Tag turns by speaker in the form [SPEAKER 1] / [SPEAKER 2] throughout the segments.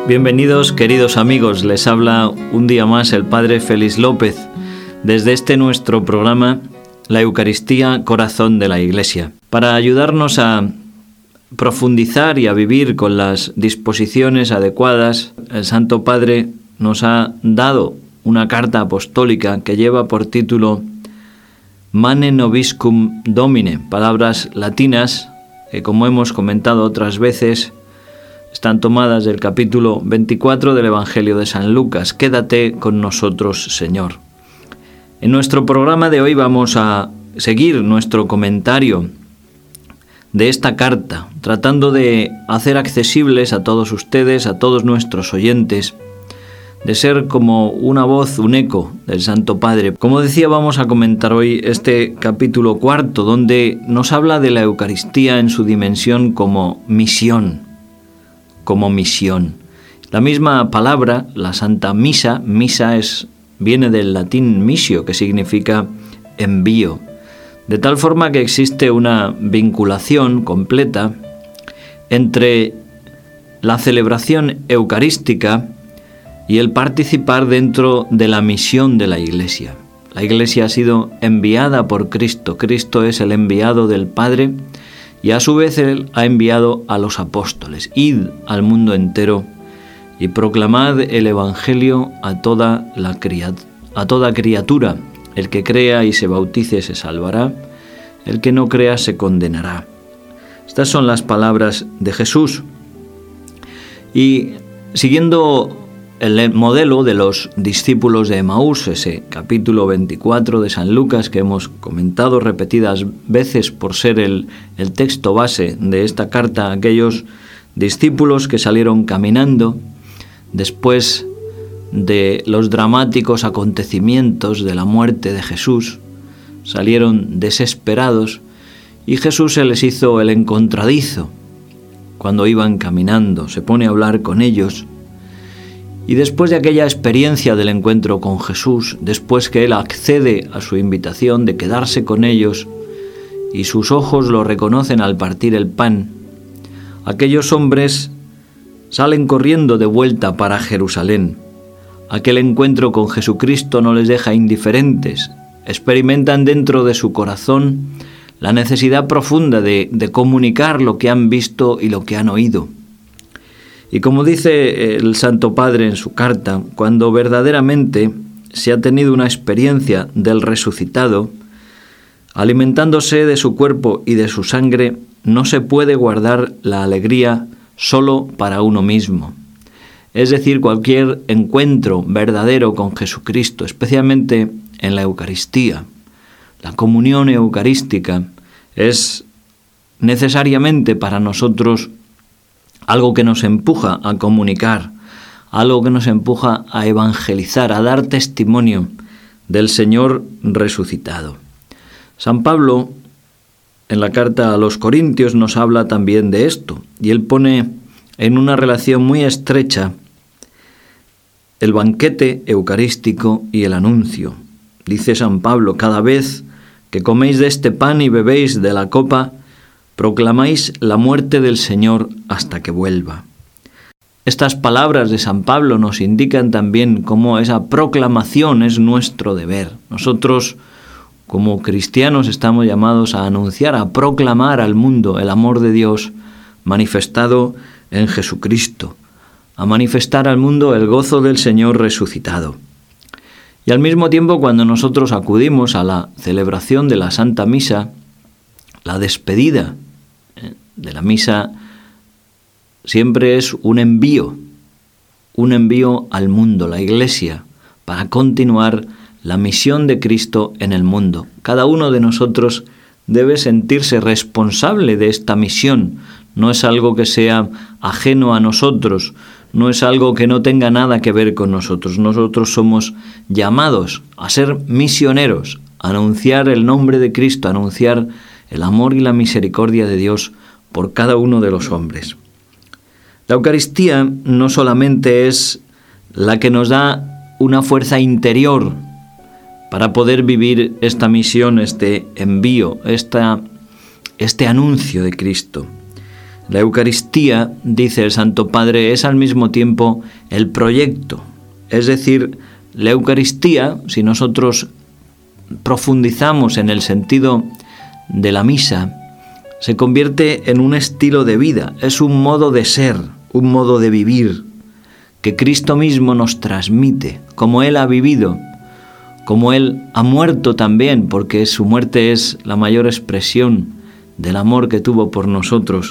[SPEAKER 1] Bienvenidos, queridos amigos, les habla un día más el Padre Félix López desde este nuestro programa La Eucaristía, Corazón de la Iglesia, para ayudarnos a profundizar y a vivir con las disposiciones adecuadas. El Santo Padre nos ha dado una carta apostólica que lleva por título Mane Nobiscum Domine, palabras latinas que, como hemos comentado otras veces, están tomadas del capítulo 24 del Evangelio de San Lucas. Quédate con nosotros, Señor. En nuestro programa de hoy vamos a seguir nuestro comentario de esta carta, tratando de hacer accesibles a todos ustedes, a todos nuestros oyentes, de ser como una voz, un eco del Santo Padre. Como decía, vamos a comentar hoy este capítulo cuarto, donde nos habla de la Eucaristía en su dimensión como misión. La misma palabra, la Santa Misa, viene del latín missio, que significa envío, de tal forma que existe una vinculación completa entre la celebración eucarística y el participar dentro de la misión de la Iglesia. La Iglesia ha sido enviada por Cristo. Cristo es el enviado del Padre y a su vez Él ha enviado a los apóstoles. Id al mundo entero y proclamad el Evangelio a toda criatura. El que crea y se bautice se salvará, el que no crea se condenará. Estas son las palabras de Jesús. Y siguiendo el modelo de los discípulos de Emaús, ese capítulo 24 de San Lucas que hemos comentado repetidas veces por ser el texto base de esta carta, aquellos discípulos que salieron caminando después de los dramáticos acontecimientos de la muerte de Jesús, salieron desesperados y Jesús se les hizo el encontradizo cuando iban caminando, se pone a hablar con ellos. Y después de aquella experiencia del encuentro con Jesús, después que Él accede a su invitación de quedarse con ellos y sus ojos lo reconocen al partir el pan, aquellos hombres salen corriendo de vuelta para Jerusalén. Aquel encuentro con Jesucristo no les deja indiferentes, experimentan dentro de su corazón la necesidad profunda de comunicar lo que han visto y lo que han oído. Y como dice el Santo Padre en su carta, cuando verdaderamente se ha tenido una experiencia del resucitado, alimentándose de su cuerpo y de su sangre, no se puede guardar la alegría solo para uno mismo. Es decir, cualquier encuentro verdadero con Jesucristo, especialmente en la Eucaristía, la comunión eucarística, es necesariamente para nosotros algo que nos empuja a comunicar, algo que nos empuja a evangelizar, a dar testimonio del Señor resucitado. San Pablo, en la carta a los Corintios, nos habla también de esto, y él pone en una relación muy estrecha el banquete eucarístico y el anuncio. Dice San Pablo: cada vez que coméis de este pan y bebéis de la copa, proclamáis la muerte del Señor hasta que vuelva. Estas palabras de San Pablo nos indican también cómo esa proclamación es nuestro deber. Nosotros, como cristianos, estamos llamados a anunciar, a proclamar al mundo el amor de Dios manifestado en Jesucristo, a manifestar al mundo el gozo del Señor resucitado. Y al mismo tiempo, cuando nosotros acudimos a la celebración de la Santa Misa, la despedida de la misa siempre es un envío al mundo, la Iglesia, para continuar la misión de Cristo en el mundo. Cada uno de nosotros debe sentirse responsable de esta misión. No es algo que sea ajeno a nosotros, no es algo que no tenga nada que ver con nosotros. Nosotros somos llamados a ser misioneros, a anunciar el nombre de Cristo, a anunciar el amor y la misericordia de Dios por cada uno de los hombres. La Eucaristía no solamente es la que nos da una fuerza interior para poder vivir esta misión, este envío, este anuncio de Cristo. La Eucaristía, dice el Santo Padre, es al mismo tiempo el proyecto. Es decir, la Eucaristía, si nosotros profundizamos en el sentido de la misa, se convierte en un estilo de vida, es un modo de ser, un modo de vivir, que Cristo mismo nos transmite, como Él ha vivido, como Él ha muerto también, porque su muerte es la mayor expresión del amor que tuvo por nosotros.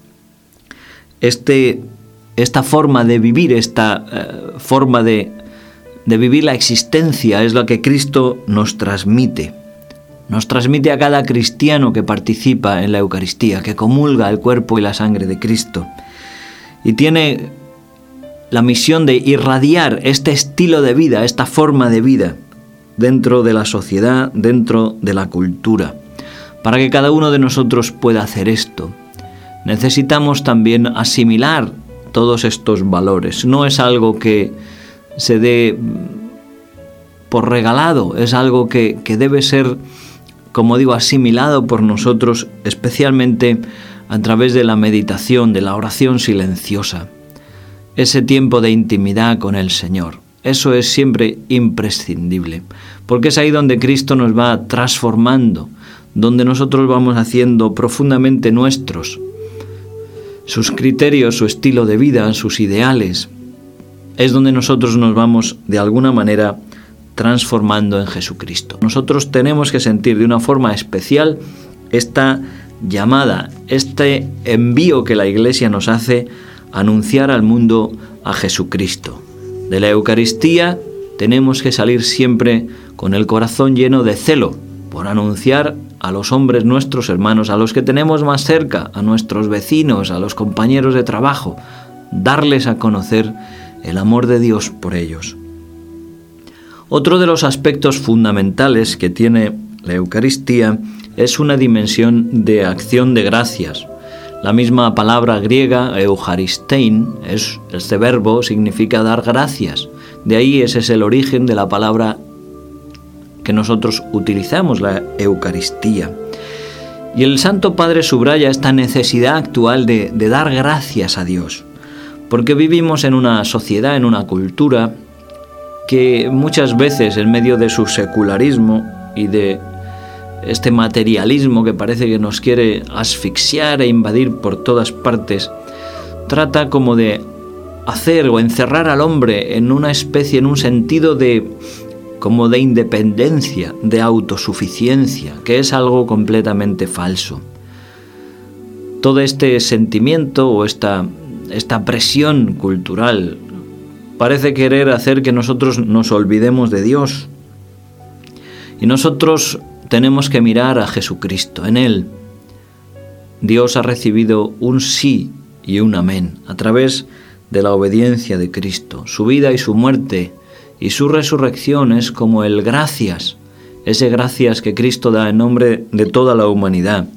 [SPEAKER 1] Esta forma de vivir, esta forma de vivir la existencia es la que Cristo nos transmite. Nos transmite a cada cristiano que participa en la Eucaristía, que comulga el cuerpo y la sangre de Cristo. Y tiene la misión de irradiar este estilo de vida, esta forma de vida, dentro de la sociedad, dentro de la cultura. Para que cada uno de nosotros pueda hacer esto, necesitamos también asimilar todos estos valores. No es algo que se dé por regalado, es algo que debe ser, como digo, asimilado por nosotros, especialmente a través de la meditación, de la oración silenciosa. Ese tiempo de intimidad con el Señor. Eso es siempre imprescindible, porque es ahí donde Cristo nos va transformando, donde nosotros vamos haciendo profundamente nuestros sus criterios, su estilo de vida, sus ideales. Es donde nosotros nos vamos, de alguna manera, transformando en Jesucristo. Nosotros tenemos que sentir de una forma especial esta llamada, este envío que la Iglesia nos hace a anunciar al mundo a Jesucristo. De la Eucaristía tenemos que salir siempre con el corazón lleno de celo por anunciar a los hombres, nuestros hermanos, a los que tenemos más cerca, a nuestros vecinos, a los compañeros de trabajo, darles a conocer el amor de Dios por ellos. Otro de los aspectos fundamentales que tiene la Eucaristía es una dimensión de acción de gracias. La misma palabra griega, eucharistein, este verbo significa dar gracias. De ahí ese es el origen de la palabra que nosotros utilizamos, la Eucaristía. Y el Santo Padre subraya esta necesidad actual de dar gracias a Dios, porque vivimos en una sociedad, en una cultura, que muchas veces en medio de su secularismo y de este materialismo que parece que nos quiere asfixiar e invadir por todas partes, trata como de hacer o encerrar al hombre en una especie, en un sentido como de independencia, de autosuficiencia, que es algo completamente falso. Todo este sentimiento o esta presión cultural parece querer hacer que nosotros nos olvidemos de Dios. Y nosotros tenemos que mirar a Jesucristo. En Él, Dios ha recibido un sí y un amén a través de la obediencia de Cristo. Su vida y su muerte y su resurrección es como el gracias, ese gracias que Cristo da en nombre de toda la humanidad.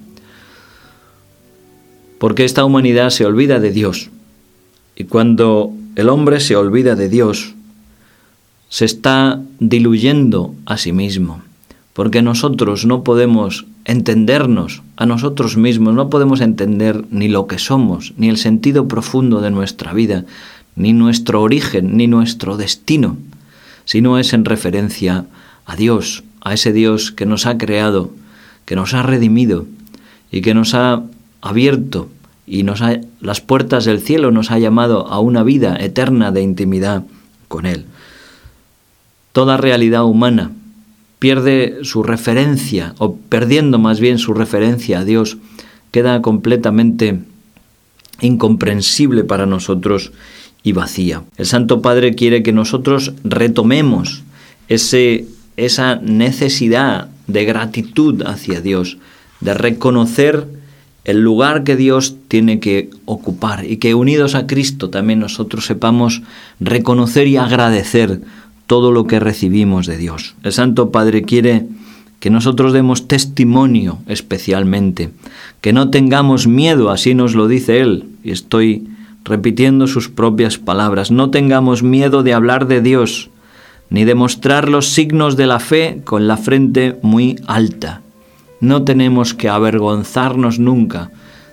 [SPEAKER 1] Porque esta humanidad se olvida de Dios. Y cuando el hombre se olvida de Dios, se está diluyendo a sí mismo. Porque nosotros no podemos entendernos a nosotros mismos, no podemos entender ni lo que somos, ni el sentido profundo de nuestra vida, ni nuestro origen, ni nuestro destino, si no es en referencia a Dios, a ese Dios que nos ha creado, que nos ha redimido y que nos ha abierto y las puertas del cielo nos ha llamado a una vida eterna de intimidad con Él. Toda realidad humana pierde su referencia, o perdiendo más bien su referencia a Dios, queda completamente incomprensible para nosotros y vacía. El Santo Padre quiere que nosotros retomemos esa necesidad de gratitud hacia Dios, de reconocer el lugar que Dios tiene que ocupar y que unidos a Cristo también nosotros sepamos reconocer y agradecer todo lo que recibimos de Dios. El Santo Padre quiere que nosotros demos testimonio especialmente, que no tengamos miedo, así nos lo dice Él, y estoy repitiendo sus propias palabras, no tengamos miedo de hablar de Dios, ni de mostrar los signos de la fe con la frente muy alta. No tenemos que avergonzarnos nunca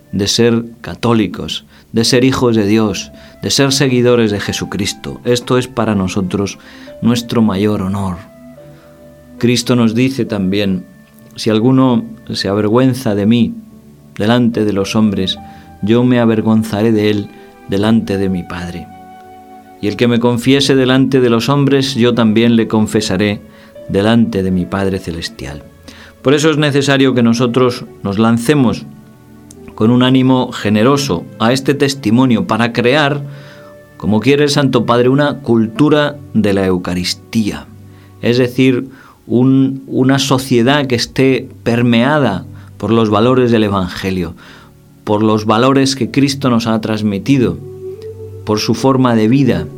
[SPEAKER 1] de ser católicos, de ser hijos de Dios, de ser seguidores de Jesucristo. Esto es para nosotros nuestro mayor honor. Cristo nos dice también: si alguno se avergüenza de mí delante de los hombres, yo me avergonzaré de él delante de mi Padre. Y el que me confiese delante de los hombres, yo también le confesaré delante de mi Padre Celestial. Por eso es necesario que nosotros nos lancemos con un ánimo generoso a este testimonio para crear, como quiere el Santo Padre, una cultura de la Eucaristía. Es decir, una sociedad que esté permeada por los valores del Evangelio, por los valores que Cristo nos ha transmitido, por su forma de vida,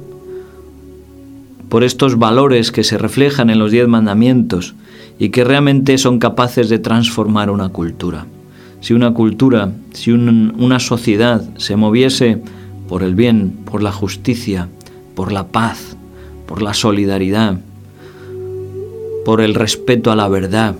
[SPEAKER 1] por estos valores que se reflejan en los 10 mandamientos y que realmente son capaces de transformar una cultura. Si una cultura, si una sociedad se moviese por el bien, por la justicia, por la paz, por la solidaridad, por el respeto a la verdad,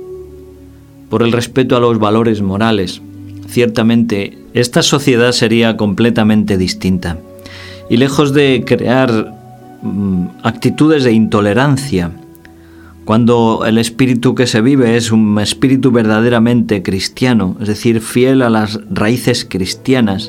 [SPEAKER 1] por el respeto a los valores morales, ciertamente esta sociedad sería completamente distinta. Y lejos de crear actitudes de intolerancia, cuando el espíritu que se vive es un espíritu verdaderamente cristiano, es decir, fiel a las raíces cristianas,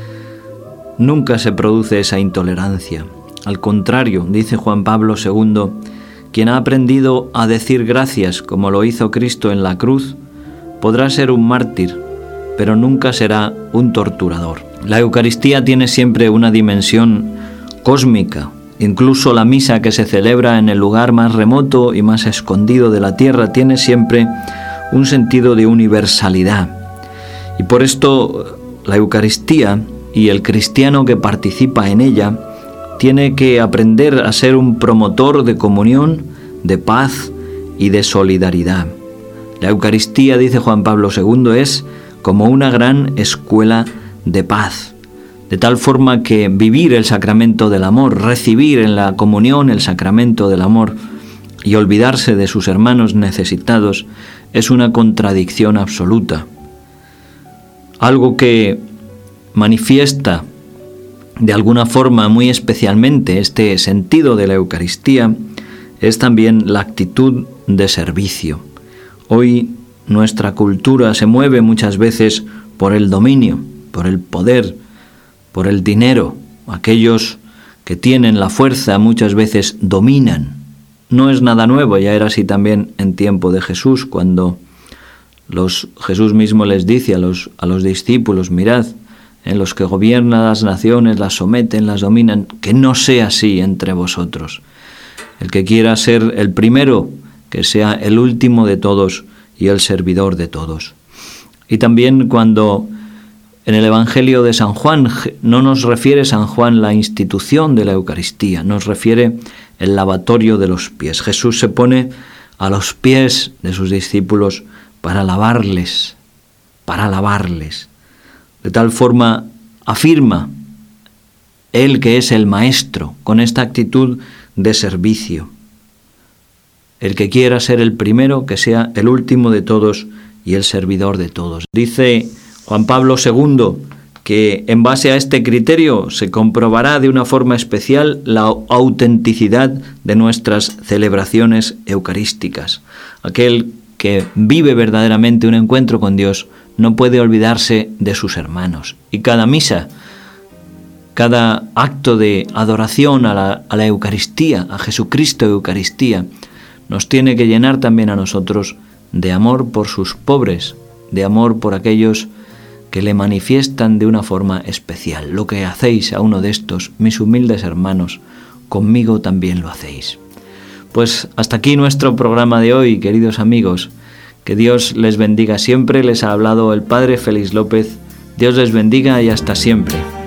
[SPEAKER 1] nunca se produce esa intolerancia. Al contrario, dice Juan Pablo II, quien ha aprendido a decir gracias como lo hizo Cristo en la cruz, podrá ser un mártir, pero nunca será un torturador. La Eucaristía tiene siempre una dimensión cósmica. Incluso la misa que se celebra en el lugar más remoto y más escondido de la tierra tiene siempre un sentido de universalidad. Y por esto la Eucaristía y el cristiano que participa en ella tiene que aprender a ser un promotor de comunión, de paz y de solidaridad. La Eucaristía, dice Juan Pablo II, es como una gran escuela de paz. De tal forma que vivir el sacramento del amor, recibir en la comunión el sacramento del amor y olvidarse de sus hermanos necesitados es una contradicción absoluta. Algo que manifiesta de alguna forma muy especialmente este sentido de la Eucaristía es también la actitud de servicio. Hoy nuestra cultura se mueve muchas veces por el dominio, por el poder, por el dinero. Aquellos que tienen la fuerza muchas veces dominan. No es nada nuevo, ya era así también en tiempo de Jesús, cuando Jesús mismo les dice a los discípulos: mirad, en los que gobiernan las naciones, las someten, las dominan, que no sea así entre vosotros. El que quiera ser el primero, que sea el último de todos y el servidor de todos. Y también cuando en el Evangelio de San Juan no nos refiere San Juan la institución de la Eucaristía, nos refiere el lavatorio de los pies. Jesús se pone a los pies de sus discípulos para lavarles. De tal forma afirma Él que es el Maestro, con esta actitud de servicio. El que quiera ser el primero, que sea el último de todos y el servidor de todos. Dice Juan Pablo II que en base a este criterio se comprobará de una forma especial la autenticidad de nuestras celebraciones eucarísticas. Aquel que vive verdaderamente un encuentro con Dios no puede olvidarse de sus hermanos. Y cada misa, cada acto de adoración a la Eucaristía, a Jesucristo Eucaristía, nos tiene que llenar también a nosotros de amor por sus pobres, de amor por aquellos que le manifiestan de una forma especial. Lo que hacéis a uno de estos, mis humildes hermanos, conmigo también lo hacéis. Pues hasta aquí nuestro programa de hoy, queridos amigos. Que Dios les bendiga siempre. Les ha hablado el Padre Félix López. Dios les bendiga y hasta siempre.